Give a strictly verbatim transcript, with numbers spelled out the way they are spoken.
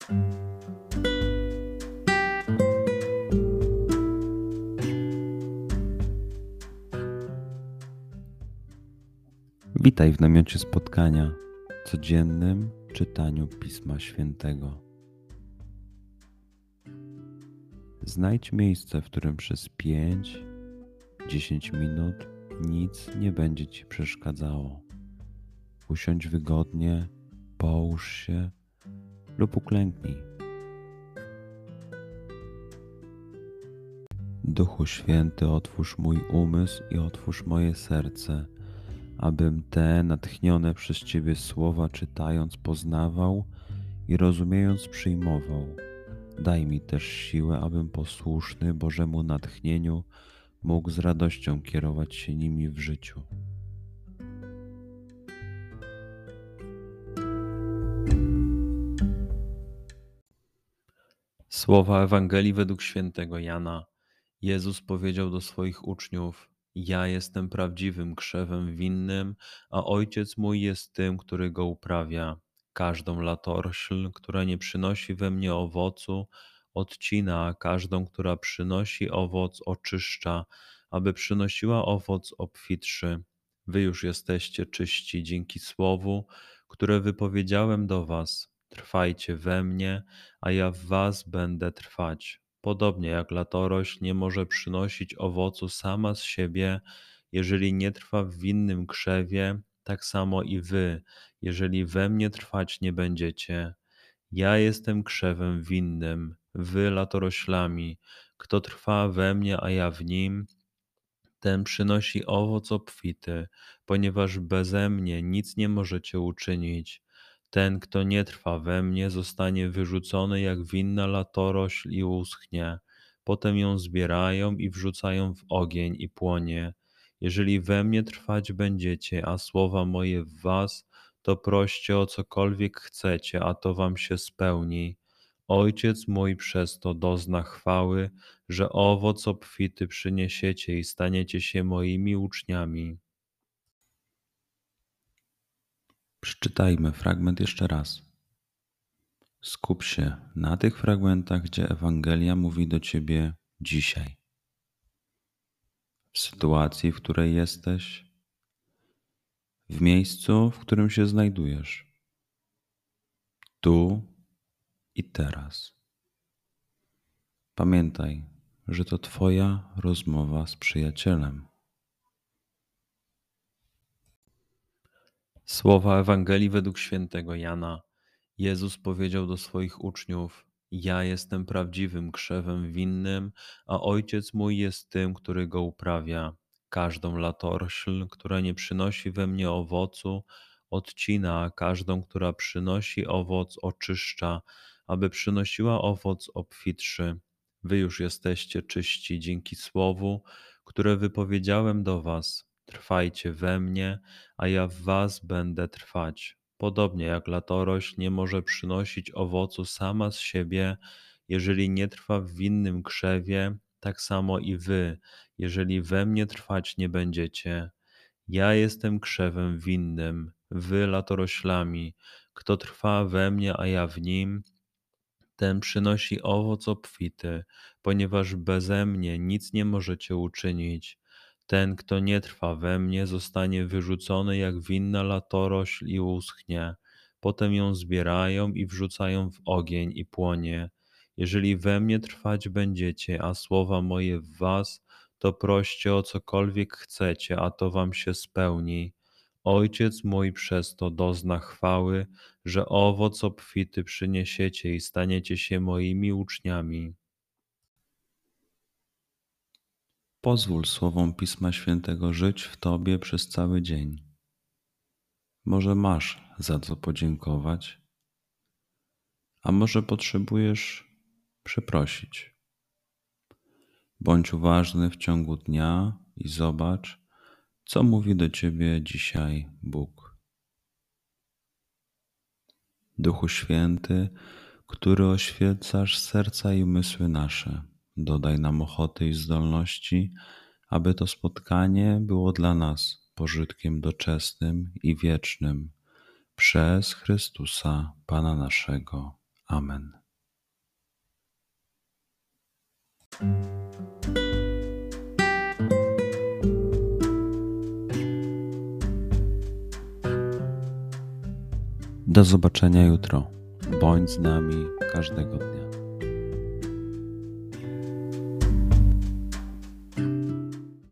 Witaj w namiocie spotkania, codziennym czytaniu Pisma Świętego. Znajdź miejsce, w którym przez pięć do dziesięciu minut nic nie będzie Ci przeszkadzało. Usiądź wygodnie, połóż się lub uklęknij. Duchu Święty, otwórz mój umysł i otwórz moje serce, abym te natchnione przez Ciebie słowa czytając poznawał i rozumiejąc przyjmował. Daj mi też siłę, abym posłuszny Bożemu natchnieniu mógł z radością kierować się nimi w życiu. Słowa Ewangelii według świętego Jana. Jezus powiedział do swoich uczniów: Ja jestem prawdziwym krzewem winnym, a Ojciec mój jest tym, który go uprawia. Każdą latorośl, która nie przynosi we mnie owocu, odcina, a każdą, która przynosi owoc, oczyszcza, aby przynosiła owoc obfitszy. Wy już jesteście czyści dzięki słowu, które wypowiedziałem do was. Trwajcie we mnie, a ja w was będę trwać. Podobnie jak latorośl nie może przynosić owocu sama z siebie, jeżeli nie trwa w winnym krzewie, tak samo i wy, jeżeli we mnie trwać nie będziecie. Ja jestem krzewem winnym, wy latoroślami. Kto trwa we mnie, a ja w nim, ten przynosi owoc obfity, ponieważ beze mnie nic nie możecie uczynić. Ten, kto nie trwa we mnie, zostanie wyrzucony jak winna latorośl i uschnie. Potem ją zbierają i wrzucają w ogień i płonie. Jeżeli we mnie trwać będziecie, a słowa moje w was, to proście o cokolwiek chcecie, a to wam się spełni. Ojciec mój przez to dozna chwały, że owoc obfity przyniesiecie i staniecie się moimi uczniami. Przeczytajmy fragment jeszcze raz. Skup się na tych fragmentach, gdzie Ewangelia mówi do Ciebie dzisiaj. W sytuacji, w której jesteś, w miejscu, w którym się znajdujesz, tu i teraz. Pamiętaj, że to Twoja rozmowa z przyjacielem. Słowa Ewangelii według świętego Jana. Jezus powiedział do swoich uczniów: Ja jestem prawdziwym krzewem winnym, a Ojciec mój jest tym, który go uprawia. Każdą latorośl, która nie przynosi we mnie owocu, odcina, a każdą, która przynosi owoc, oczyszcza, aby przynosiła owoc obfitszy. Wy już jesteście czyści dzięki słowu, które wypowiedziałem do was. Trwajcie we mnie, a ja w was będę trwać. Podobnie jak latorośl nie może przynosić owocu sama z siebie, jeżeli nie trwa w winnym krzewie, tak samo i wy, jeżeli we mnie trwać nie będziecie. Ja jestem krzewem winnym, wy latoroślami. Kto trwa we mnie, a ja w nim, ten przynosi owoc obfity, ponieważ beze mnie nic nie możecie uczynić. Ten, kto nie trwa we mnie, zostanie wyrzucony jak winna latorośl i uschnie. Potem ją zbierają i wrzucają w ogień i płonie. Jeżeli we mnie trwać będziecie, a słowa moje w was, to proście o cokolwiek chcecie, a to wam się spełni. Ojciec mój przez to dozna chwały, że owoc obfity przyniesiecie i staniecie się moimi uczniami. Pozwól słowom Pisma Świętego żyć w Tobie przez cały dzień. Może masz za co podziękować, a może potrzebujesz przeprosić. Bądź uważny w ciągu dnia i zobacz, co mówi do Ciebie dzisiaj Bóg. Duchu Święty, który oświecasz serca i umysły nasze, dodaj nam ochoty i zdolności, aby to spotkanie było dla nas pożytkiem doczesnym i wiecznym, przez Chrystusa Pana naszego. Amen. Do zobaczenia jutro. Bądź z nami każdego dnia.